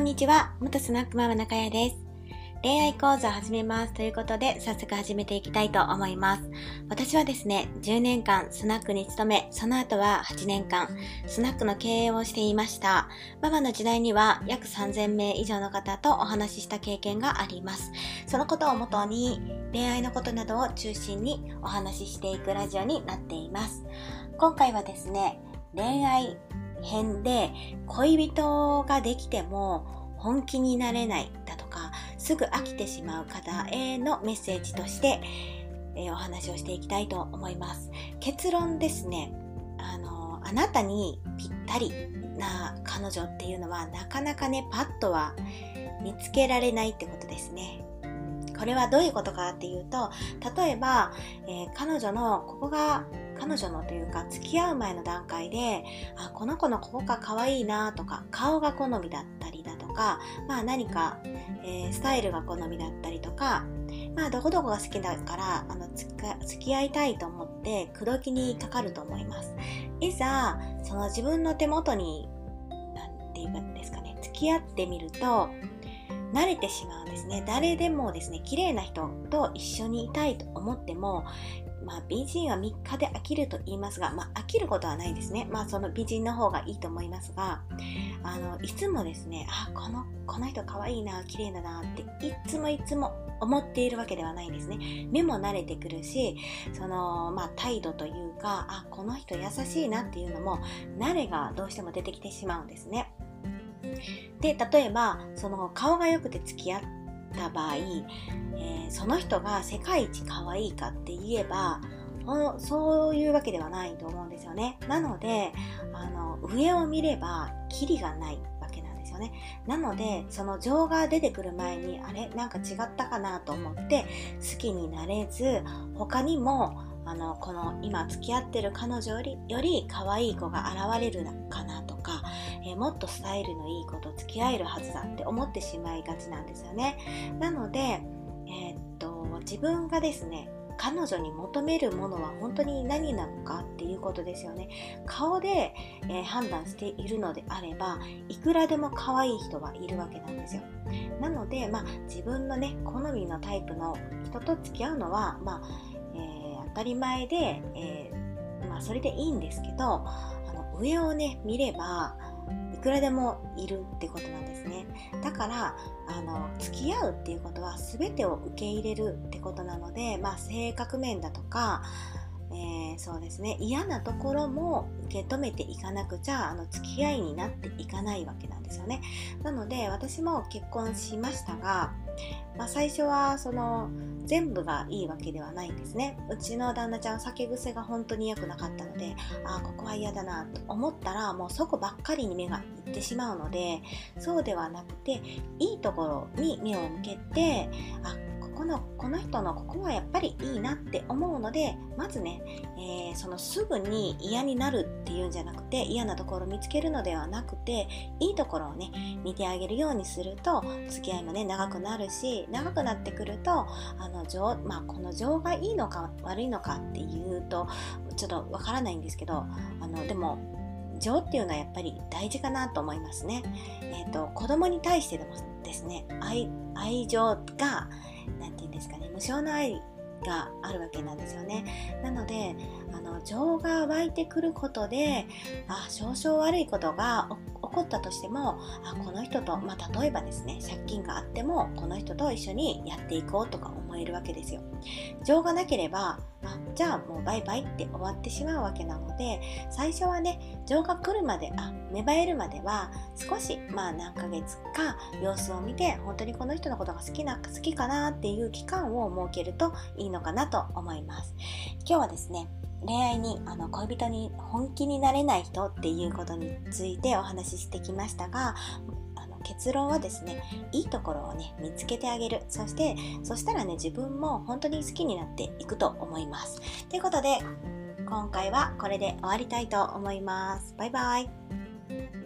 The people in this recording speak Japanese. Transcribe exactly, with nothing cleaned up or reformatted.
んにちは、元スナックママ中谷です。恋愛講座を始めますということで、早速始めていきたいと思います。私はですね、じゅうねんかんスナックに勤め、その後ははちねんかんスナックの経営をしていました。ママの時代には約さんぜんめい以上の方とお話しした経験があります。そのことをもとに、恋愛のことなどを中心にお話ししていくラジオになっています。今回はですね、恋愛編で恋人ができても本気になれないだとかすぐ飽きてしまう方へのメッセージとして、えー、お話をしていきたいと思います。結論ですね、あのあなたにぴったりな彼女っていうのはなかなかねパッとは見つけられないってことですね。これはどういうことかっていうと、例えば、えー、彼女のここが彼女のというか付き合う前の段階で、あ、この子のここが可愛いなとか、顔が好みだったりだとか、まあ何か、えー、スタイルが好みだったりとか、まあどこどこが好きだからあのつか付き合いたいと思って口説きにかかると思います。いざその自分の手元になんていうんですかね、付き合ってみると慣れてしまうんですね。誰でもですね、綺麗な人と一緒にいたいと思っても、まあ美人はみっかで飽きると言いますが、まあ飽きることはないですね。まあその美人の方がいいと思いますが、あのいつもですね、あ、このこの人可愛いな、綺麗だなっていつもいつも思っているわけではないんですね。目も慣れてくるし、そのまあ態度というか、あ、この人優しいなっていうのも慣れがどうしても出てきてしまうんですね。で、例えばその顔が良くて付き合った場合、えー、その人が世界一可愛いかって言えばそういうわけではないと思うんですよね。なのであの上を見ればキリがないわけなんですよね。なのでその情が出てくる前に、あれなんか違ったかなと思って好きになれず、他にもあのこの今付き合ってる彼女よりより可愛い子が現れるかなとか、えー、もっとスタイルのいい子と付き合えるはずだって思ってしまいがちなんですよね。なので、えー、っと自分がですね彼女に求めるものは本当に何なのかっていうことですよね。顔で、えー、判断しているのであれば、いくらでも可愛い人はいるわけなんですよ。なので、まあ、自分のね好みのタイプの人と付き合うのは、まあえー、当たり前で、えーまあ、それでいいんですけど、あの上をね見ればいくらでもいるってことなんですね。だからあの付き合うっていうことは全てを受け入れるってことなので、まあ、性格面だとか、えー、そうですね、嫌なところも受け止めていかなくちゃあの付き合いになっていかないわけなんですよね。なので私も結婚しましたが、まあ、最初はその全部がいいわけではないんですね。うちの旦那ちゃん酒癖が本当に良くなかったので、あーここは嫌だなと思ったらもうそこばっかりに目がいってしまうので、そうではなくていいところに目を向けて、あこの、この人のここはやっぱりいいなって思うので、まずね、えー、そのすぐに嫌になるっていうんじゃなくて、嫌なところを見つけるのではなくて、いいところをね見てあげるようにすると付き合いもね長くなるし、長くなってくるとあの情、まあ、この情がいいのか悪いのかっていうとちょっとわからないんですけど、あのでも情っていうのはやっぱり大事かなと思いますね。えーと、子供に対してでもですね、愛、愛情がなんていうんですかね、無償の愛があるわけなんですよね。なのであの情が湧いてくることで、あ少々悪いことが起こったとしても、あこの人と、まあ、例えばですね借金があってもこの人と一緒にやっていこうとか思えるわけですよ。情がなければ、あじゃあもうバイバイって終わってしまうわけなので、最初はね情が来るまで、あ芽生えるまでは少し、まあ何ヶ月か様子を見て、本当にこの人のことが好きな好きかなっていう期間を設けるといいのかなと思います。今日はですね、恋愛にあの恋人に本気になれない人っていうことについてお話ししてきましたが、あの結論はですね、いいところをね見つけてあげる。そしてそしたらね自分も本当に好きになっていくと思います。ということで今回はこれで終わりたいと思います。バイバイ。